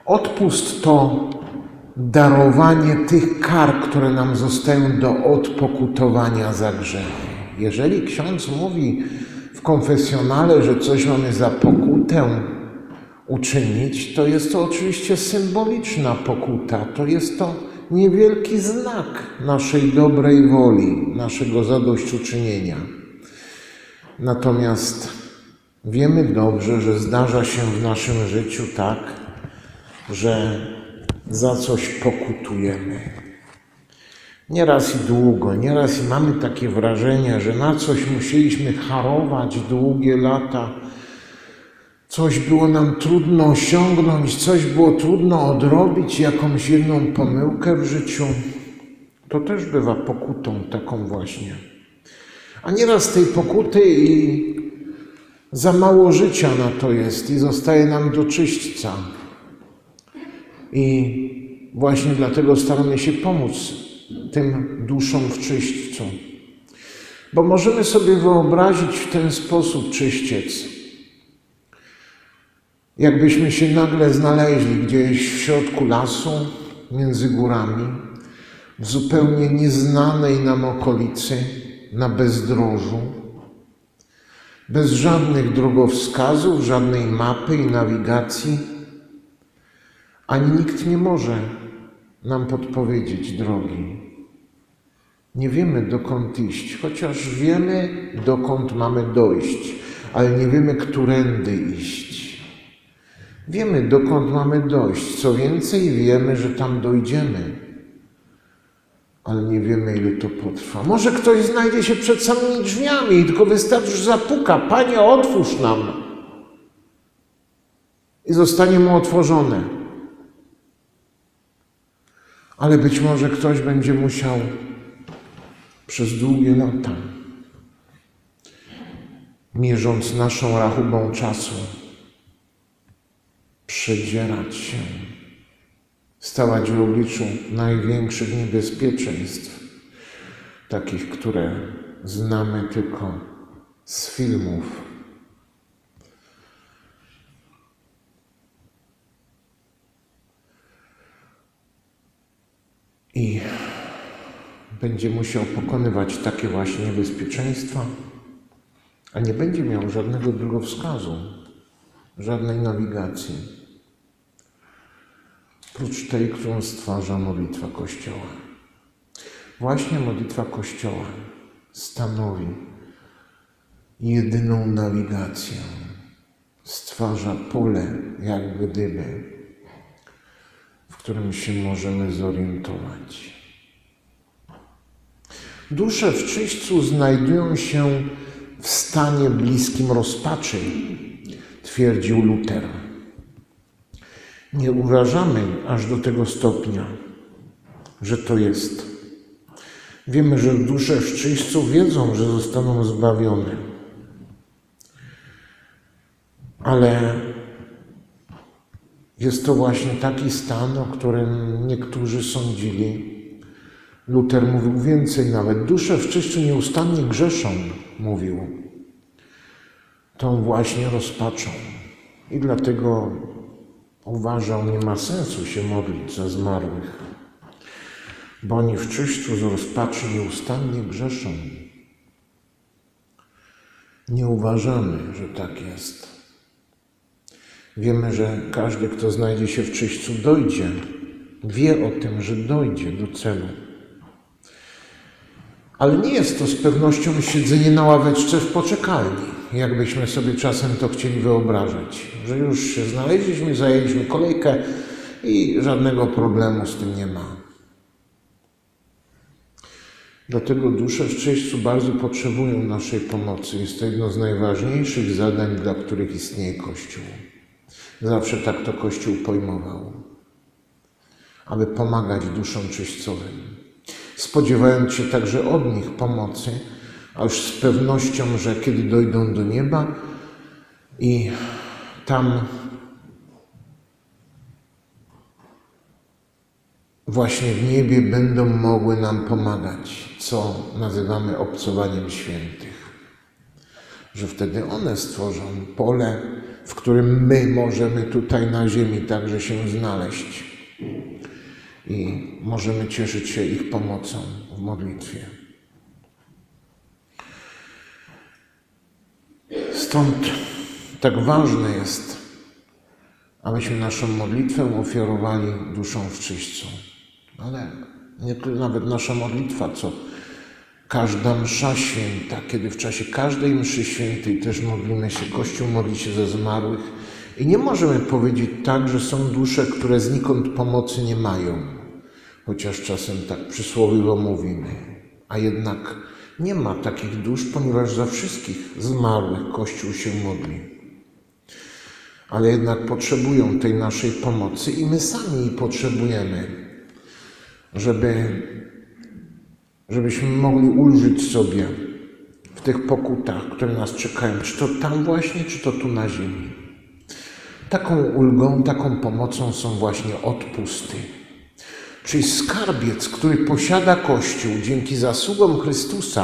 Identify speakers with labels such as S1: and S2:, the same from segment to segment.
S1: Odpust to darowanie tych kar, które nam zostają do odpokutowania za grzechy. Jeżeli ksiądz mówi w konfesjonale, że coś mamy za pokutę uczynić, to jest to oczywiście symboliczna pokuta. To jest to niewielki znak naszej dobrej woli, naszego zadośćuczynienia. Natomiast wiemy dobrze, że zdarza się w naszym życiu tak, że za coś pokutujemy. Nieraz i długo, nieraz i mamy takie wrażenie, że na coś musieliśmy harować długie lata, coś było nam trudno osiągnąć, coś było trudno odrobić, jakąś jedną pomyłkę w życiu. To też bywa pokutą taką właśnie. A nieraz tej pokuty i za mało życia na to jest i zostaje nam do czyśćca. I właśnie dlatego staramy się pomóc tym duszom w czyśćcu. Bo możemy sobie wyobrazić w ten sposób czyściec. Jakbyśmy się nagle znaleźli gdzieś w środku lasu, między górami, w zupełnie nieznanej nam okolicy, na bezdrożu, bez żadnych drogowskazów, żadnej mapy i nawigacji, ani nikt nie może nam podpowiedzieć drogi. Nie wiemy, dokąd iść, chociaż wiemy, dokąd mamy dojść, ale nie wiemy, którędy iść. Wiemy, dokąd mamy dojść. Co więcej, wiemy, że tam dojdziemy, ale nie wiemy, ile to potrwa. Może ktoś znajdzie się przed samymi drzwiami i tylko wystarczy, że zapuka: Panie, otwórz nam. I zostanie mu otworzone. Ale być może ktoś będzie musiał przez długie lata, mierząc naszą rachubą czasu, przedzierać się, stawać w obliczu największych niebezpieczeństw, takich, które znamy tylko z filmów. I będzie musiał pokonywać takie właśnie niebezpieczeństwa, a nie będzie miał żadnego drogowskazu, żadnej nawigacji, prócz tej, którą stwarza modlitwa Kościoła. Właśnie modlitwa Kościoła stanowi jedyną nawigację, stwarza pole, jak gdyby, w którym się możemy zorientować. Dusze w czyśćcu znajdują się w stanie bliskim rozpaczy, twierdził Luter. Nie uważamy aż do tego stopnia, że to jest. Wiemy, że dusze w czyśćcu wiedzą, że zostaną zbawione. Ale jest to właśnie taki stan, o którym niektórzy sądzili. Luter mówił więcej nawet. Dusze w czyśćcu nieustannie grzeszą, mówił. Tą właśnie rozpaczą. I dlatego uważał, nie ma sensu się modlić za zmarłych, bo oni w czyśćcu z rozpaczy nieustannie grzeszą. Nie uważamy, że tak jest. Wiemy, że każdy, kto znajdzie się w czyśćcu, dojdzie. Wie o tym, że dojdzie do celu. Ale nie jest to z pewnością siedzenie na ławeczce w poczekalni, jakbyśmy sobie czasem to chcieli wyobrażać, że już się znaleźliśmy, zajęliśmy kolejkę i żadnego problemu z tym nie ma. Dlatego dusze w czyśćcu bardzo potrzebują naszej pomocy. Jest to jedno z najważniejszych zadań, dla których istnieje Kościół. Zawsze tak to Kościół pojmował, aby pomagać duszom czyśćcowym. Spodziewając się także od nich pomocy, a już z pewnością, że kiedy dojdą do nieba i tam właśnie w niebie będą mogły nam pomagać, co nazywamy obcowaniem świętych. że wtedy one stworzą pole, w którym my możemy tutaj na ziemi także się znaleźć i możemy cieszyć się ich pomocą w modlitwie. Stąd tak ważne jest, abyśmy naszą modlitwę ofiarowali duszą w czyśćcu. Ale nie tylko nawet nasza modlitwa, co każda msza święta, kiedy w czasie każdej mszy świętej też modlimy się, Kościół modli się za zmarłych i nie możemy powiedzieć tak, że są dusze, które znikąd pomocy nie mają, chociaż czasem tak przysłowiowo mówimy, a jednak nie ma takich dusz, ponieważ za wszystkich zmarłych Kościół się modli. Ale jednak potrzebują tej naszej pomocy i my sami jej potrzebujemy, żebyśmy mogli ulżyć sobie w tych pokutach, które nas czekają, czy to tam właśnie, czy to tu na ziemi. Taką ulgą, taką pomocą są właśnie odpusty. Czyli skarbiec, który posiada Kościół dzięki zasługom Chrystusa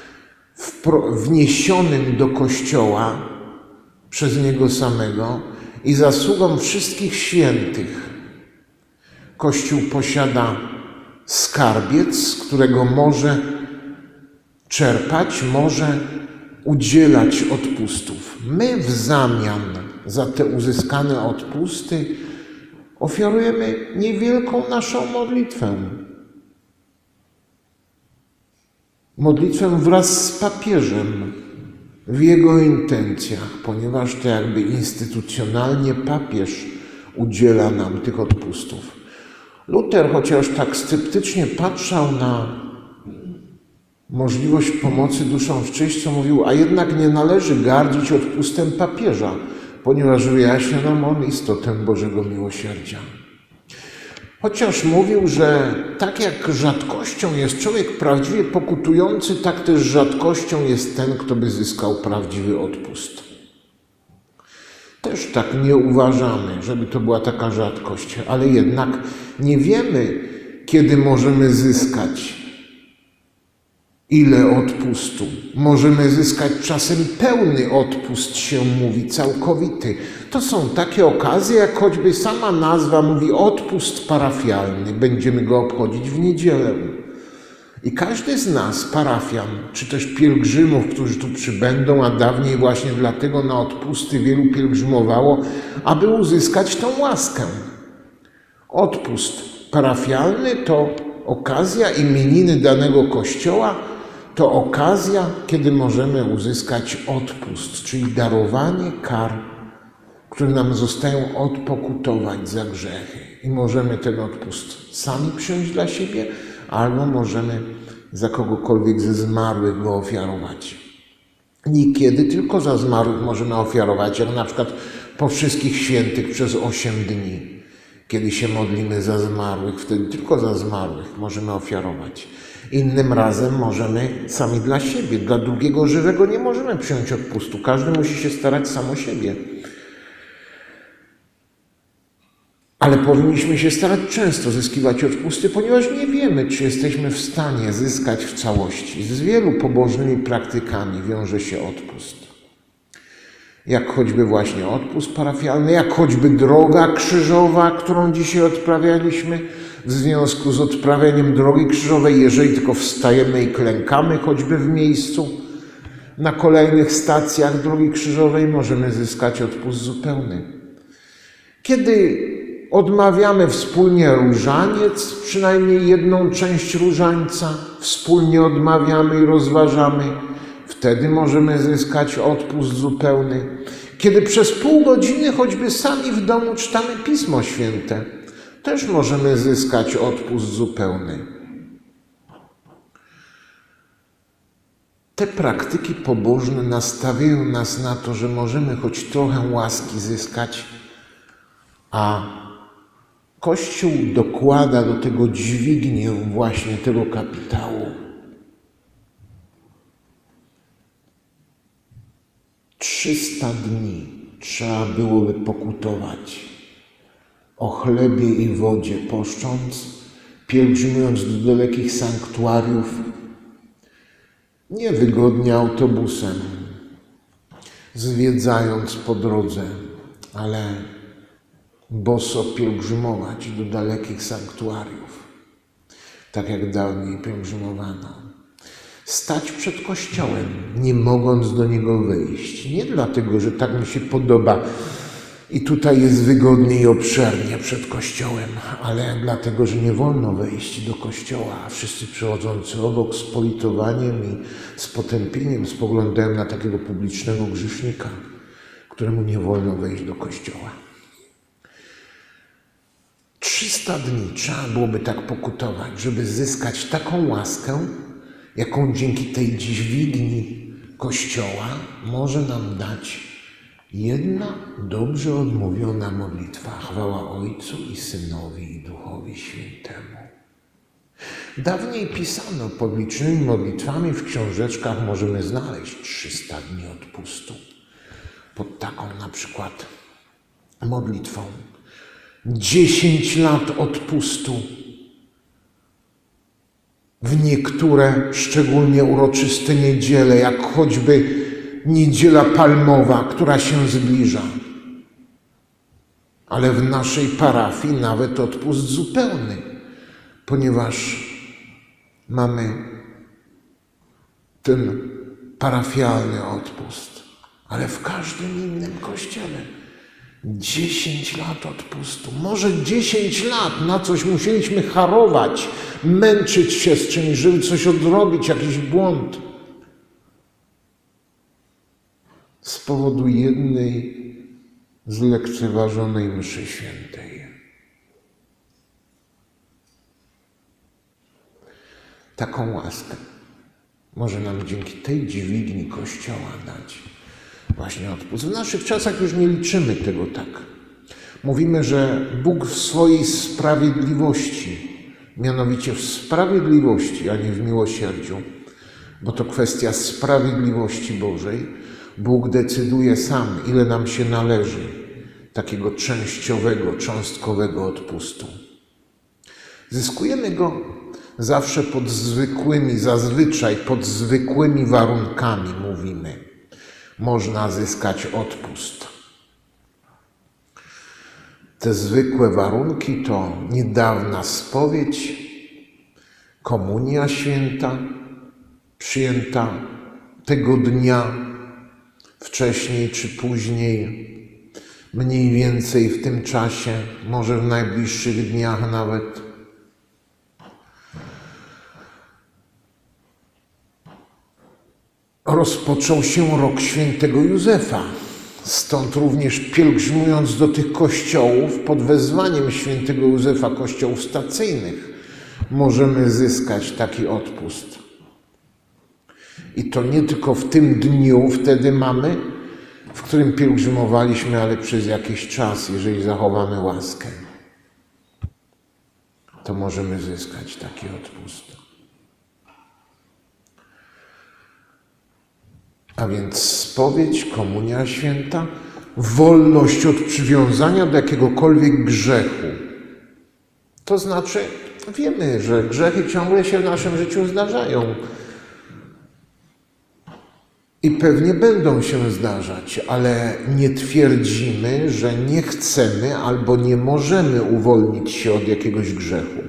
S1: wniesionym do Kościoła przez Niego samego i zasługom wszystkich świętych. Kościół posiada skarbiec, z którego może czerpać, może udzielać odpustów. My w zamian za te uzyskane odpusty ofiarujemy niewielką naszą modlitwę. Modlitwę wraz z papieżem w jego intencjach, ponieważ to jakby instytucjonalnie papież udziela nam tych odpustów. Luter, chociaż tak sceptycznie patrzał na możliwość pomocy duszom w czyśćcu, mówił, a jednak nie należy gardzić odpustem papieża, ponieważ wyjaśnia nam on istotę Bożego miłosierdzia. Chociaż mówił, że tak jak rzadkością jest człowiek prawdziwie pokutujący, tak też rzadkością jest ten, kto by zyskał prawdziwy odpust. Też tak nie uważamy, żeby to była taka rzadkość, ale jednak nie wiemy, kiedy możemy zyskać ile odpustu. Możemy zyskać czasem pełny odpust, się mówi, całkowity. To są takie okazje, jak choćby sama nazwa mówi, odpust parafialny. Będziemy go obchodzić w niedzielę. I każdy z nas, parafian, czy też pielgrzymów, którzy tu przybędą, a dawniej właśnie dlatego na odpusty wielu pielgrzymowało, aby uzyskać tą łaskę. Odpust parafialny to okazja, imieniny danego kościoła, to okazja, kiedy możemy uzyskać odpust, czyli darowanie kar, które nam zostają odpokutować za grzechy. I możemy ten odpust sami przyjąć dla siebie, albo możemy za kogokolwiek ze zmarłych go ofiarować. Niekiedy tylko za zmarłych możemy ofiarować, jak na przykład po wszystkich świętych przez 8 dni. Kiedy się modlimy za zmarłych, wtedy tylko za zmarłych możemy ofiarować. Innym razem możemy sami dla siebie, dla drugiego żywego nie możemy przyjąć odpustu. Każdy musi się starać sam o siebie. Ale powinniśmy się starać często zyskiwać odpusty, ponieważ nie wiemy, czy jesteśmy w stanie zyskać w całości. Z wielu pobożnymi praktykami wiąże się odpust. Jak choćby właśnie odpust parafialny, jak choćby droga krzyżowa, którą dzisiaj odprawialiśmy, w związku z odprawianiem drogi krzyżowej, jeżeli tylko wstajemy i klękamy choćby w miejscu, na kolejnych stacjach drogi krzyżowej możemy zyskać odpust zupełny. Kiedy odmawiamy wspólnie różaniec, przynajmniej jedną część różańca, wspólnie odmawiamy i rozważamy, wtedy możemy zyskać odpust zupełny. Kiedy przez pół godziny choćby sami w domu czytamy Pismo Święte, też możemy zyskać odpust zupełny. Te praktyki pobożne nastawiają nas na to, że możemy choć trochę łaski zyskać, a Kościół dokłada do tego dźwignię właśnie tego kapitału. 300 dni trzeba byłoby pokutować o chlebie i wodzie poszcząc, pielgrzymując do dalekich sanktuariów, niewygodnie autobusem, zwiedzając po drodze, ale boso pielgrzymować do dalekich sanktuariów, tak jak dawniej pielgrzymowano. Stać przed kościołem, nie mogąc do niego wejść. Nie dlatego, że tak mi się podoba i tutaj jest wygodnie i obszernie przed kościołem, ale dlatego, że nie wolno wejść do kościoła, a wszyscy przechodzący obok z politowaniem i z potępieniem spoglądają na takiego publicznego grzesznika, któremu nie wolno wejść do kościoła. 300 dni trzeba byłoby tak pokutować, żeby zyskać taką łaskę, jaką dzięki tej dźwigni Kościoła może nam dać jedna dobrze odmówiona modlitwa. Chwała Ojcu i Synowi i Duchowi Świętemu. Dawniej pisano pod licznymi modlitwami w książeczkach możemy znaleźć 300 dni odpustu. Pod taką na przykład modlitwą 10 lat odpustu w niektóre szczególnie uroczyste niedziele, jak choćby Niedziela Palmowa, która się zbliża. Ale w naszej parafii nawet odpust zupełny, ponieważ mamy ten parafialny odpust, ale w każdym innym kościele 10 lat odpustu, może 10 lat na coś musieliśmy harować, męczyć się z czymś, żeby coś odrobić, jakiś błąd. Z powodu jednej zlekceważonej mszy świętej. Taką łaskę może nam dzięki tej dźwigni Kościoła dać właśnie odpust. W naszych czasach już nie liczymy tego tak. Mówimy, że Bóg w swojej sprawiedliwości, mianowicie w sprawiedliwości, a nie w miłosierdziu, bo to kwestia sprawiedliwości Bożej, Bóg decyduje sam, ile nam się należy takiego częściowego, cząstkowego odpustu. Zyskujemy go zawsze zazwyczaj pod zwykłymi warunkami, mówimy. Można zyskać odpust. Te zwykłe warunki to niedawna spowiedź, komunia święta, przyjęta tego dnia, wcześniej czy później, mniej więcej w tym czasie, może w najbliższych dniach nawet. Rozpoczął się rok świętego Józefa. Stąd również pielgrzymując do tych kościołów pod wezwaniem świętego Józefa, kościołów stacyjnych, możemy zyskać taki odpust. I to nie tylko w tym dniu wtedy mamy, w którym pielgrzymowaliśmy, ale przez jakiś czas, jeżeli zachowamy łaskę, to możemy zyskać taki odpust. A więc spowiedź, komunia święta, wolność od przywiązania do jakiegokolwiek grzechu. To znaczy, wiemy, że grzechy ciągle się w naszym życiu zdarzają. I pewnie będą się zdarzać, ale nie twierdzimy, że nie chcemy albo nie możemy uwolnić się od jakiegoś grzechu.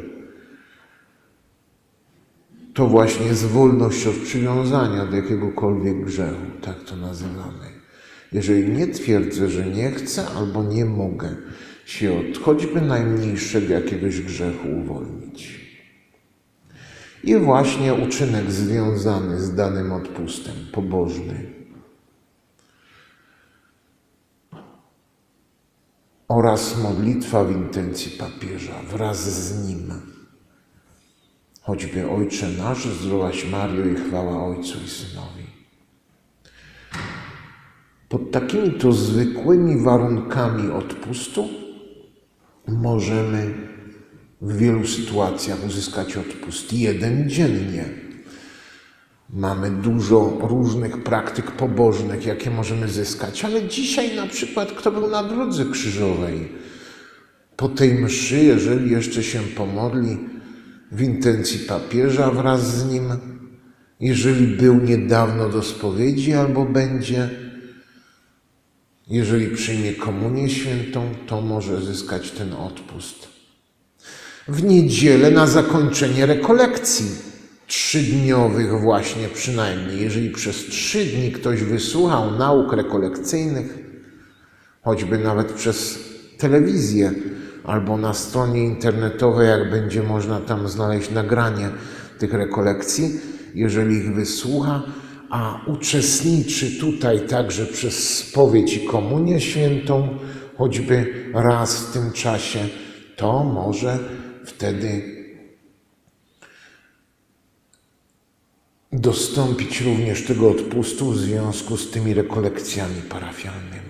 S1: To właśnie jest wolność od przywiązania do jakiegokolwiek grzechu, tak to nazywamy. Jeżeli nie twierdzę, że nie chcę albo nie mogę się od choćby najmniejszego jakiegoś grzechu uwolnić. I właśnie uczynek związany z danym odpustem, pobożny, oraz modlitwa w intencji papieża wraz z nim. Choćby Ojcze nasz, zdrowaś Mario i chwała Ojcu i Synowi. Pod takimi to zwykłymi warunkami odpustu możemy w wielu sytuacjach uzyskać odpust jeden dziennie. Mamy dużo różnych praktyk pobożnych, jakie możemy zyskać, ale dzisiaj na przykład kto był na drodze krzyżowej, po tej mszy, jeżeli jeszcze się pomodli w intencji papieża wraz z nim, jeżeli był niedawno do spowiedzi albo będzie, Jeżeli przyjmie komunię świętą, to może zyskać ten odpust. W niedzielę na zakończenie rekolekcji 3-dniowych właśnie przynajmniej. Jeżeli przez 3 dni ktoś wysłuchał nauk rekolekcyjnych, choćby nawet przez telewizję albo na stronie internetowej, jak będzie można tam znaleźć nagranie tych rekolekcji, jeżeli ich wysłucha, a uczestniczy tutaj także przez spowiedź i komunię świętą, choćby raz w tym czasie, to może wtedy dostąpić również tego odpustu w związku z tymi rekolekcjami parafialnymi.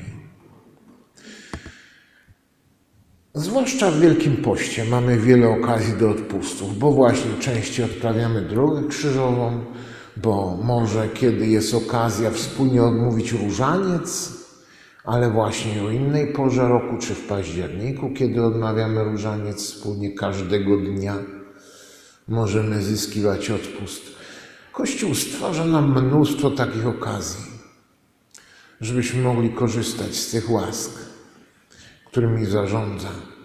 S1: Zwłaszcza w Wielkim Poście mamy wiele okazji do odpustów, bo właśnie częściej odprawiamy drogę krzyżową, bo może kiedy jest okazja wspólnie odmówić różaniec, ale właśnie o innej porze roku, czy w październiku, kiedy odmawiamy różaniec wspólnie każdego dnia, możemy zyskiwać odpust. Kościół stwarza nam mnóstwo takich okazji, żebyśmy mogli korzystać z tych łask, którymi zarządza.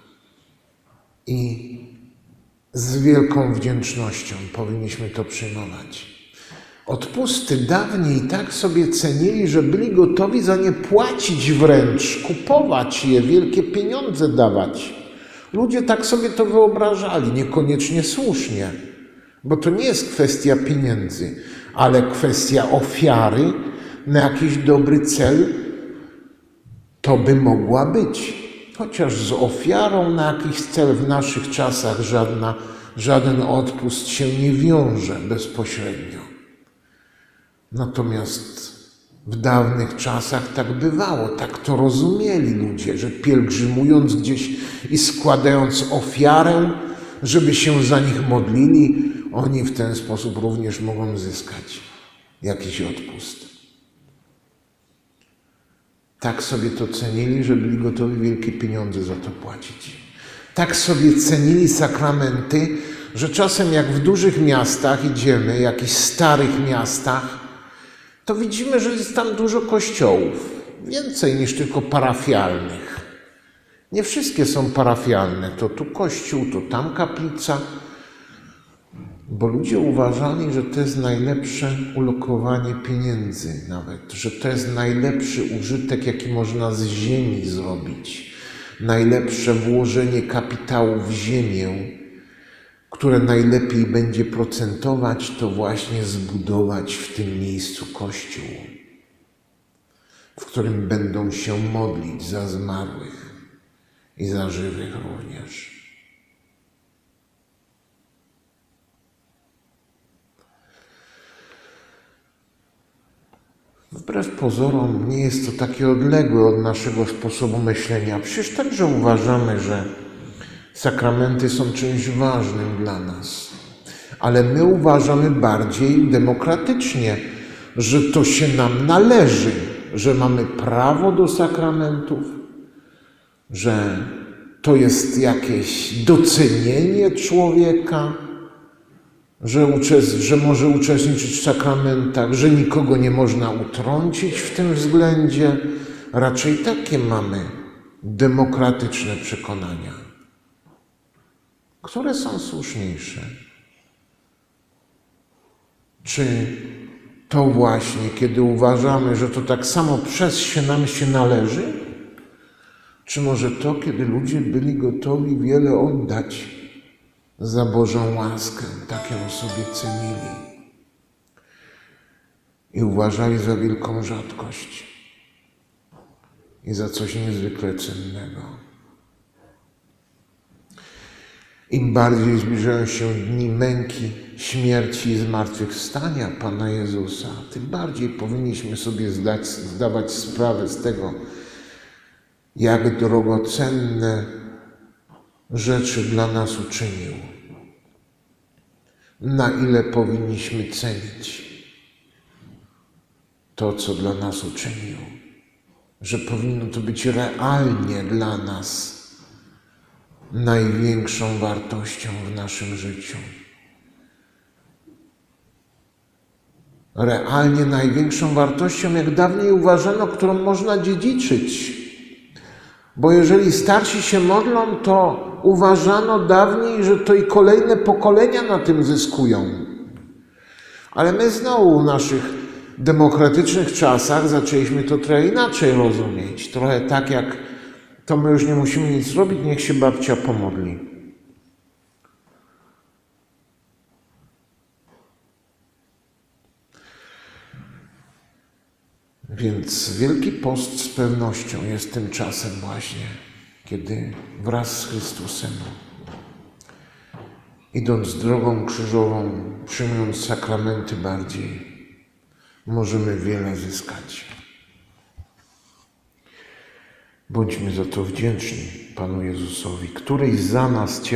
S1: I z wielką wdzięcznością powinniśmy to przyjmować. Odpusty dawniej tak sobie cenili, że byli gotowi za nie płacić wręcz, kupować je, wielkie pieniądze dawać. Ludzie tak sobie to wyobrażali, niekoniecznie słusznie, bo to nie jest kwestia pieniędzy, ale kwestia ofiary na jakiś dobry cel. To by mogła być. Chociaż z ofiarą na jakiś cel w naszych czasach żaden odpust się nie wiąże bezpośrednio. Natomiast w dawnych czasach tak bywało, tak to rozumieli ludzie, że pielgrzymując gdzieś i składając ofiarę, żeby się za nich modlili, oni w ten sposób również mogą zyskać jakiś odpust. Tak sobie to cenili, że byli gotowi wielkie pieniądze za to płacić. Tak sobie cenili sakramenty, że czasem jak w dużych miastach idziemy, jakichś starych miastach, to widzimy, że jest tam dużo kościołów. Więcej niż tylko parafialnych. Nie wszystkie są parafialne. To tu kościół, to tam kaplica. Bo ludzie uważali, że to jest najlepsze ulokowanie pieniędzy nawet, że to jest najlepszy użytek, jaki można z ziemi zrobić. Najlepsze włożenie kapitału w ziemię, które najlepiej będzie procentować, to właśnie zbudować w tym miejscu kościół, w którym będą się modlić za zmarłych i za żywych również. Wbrew pozorom nie jest to takie odległe od naszego sposobu myślenia. Przecież także uważamy, że sakramenty są czymś ważnym dla nas. Ale my uważamy bardziej demokratycznie, że to się nam należy, że mamy prawo do sakramentów, że to jest jakieś docenienie człowieka, że może uczestniczyć w sakramentach, że nikogo nie można utrącić w tym względzie. Raczej takie mamy demokratyczne przekonania. Które są słuszniejsze? Czy to właśnie, kiedy uważamy, że to tak samo nam się należy? Czy może to, kiedy ludzie byli gotowi wiele oddać za Bożą łaskę, tak ją sobie cenili i uważali za wielką rzadkość i za coś niezwykle cennego? Im bardziej zbliżają się dni męki, śmierci i zmartwychwstania Pana Jezusa, tym bardziej powinniśmy sobie zdawać sprawę z tego, jak drogocenne rzeczy dla nas uczynił. Na ile powinniśmy cenić to, co dla nas uczynił. Że powinno to być realnie dla nas największą wartością w naszym życiu. realnie największą wartością, jak dawniej uważano, którą można dziedziczyć. Bo jeżeli starsi się modlą, to uważano dawniej, że to i kolejne pokolenia na tym zyskują. Ale my znowu w naszych demokratycznych czasach zaczęliśmy to trochę inaczej rozumieć. Trochę tak jak to my już nie musimy nic robić, niech się babcia pomodli. Więc Wielki Post z pewnością jest tym czasem właśnie, kiedy wraz z Chrystusem, idąc drogą krzyżową, przyjmując sakramenty bardziej, możemy wiele zyskać. Bądźmy za to wdzięczni Panu Jezusowi, który za nas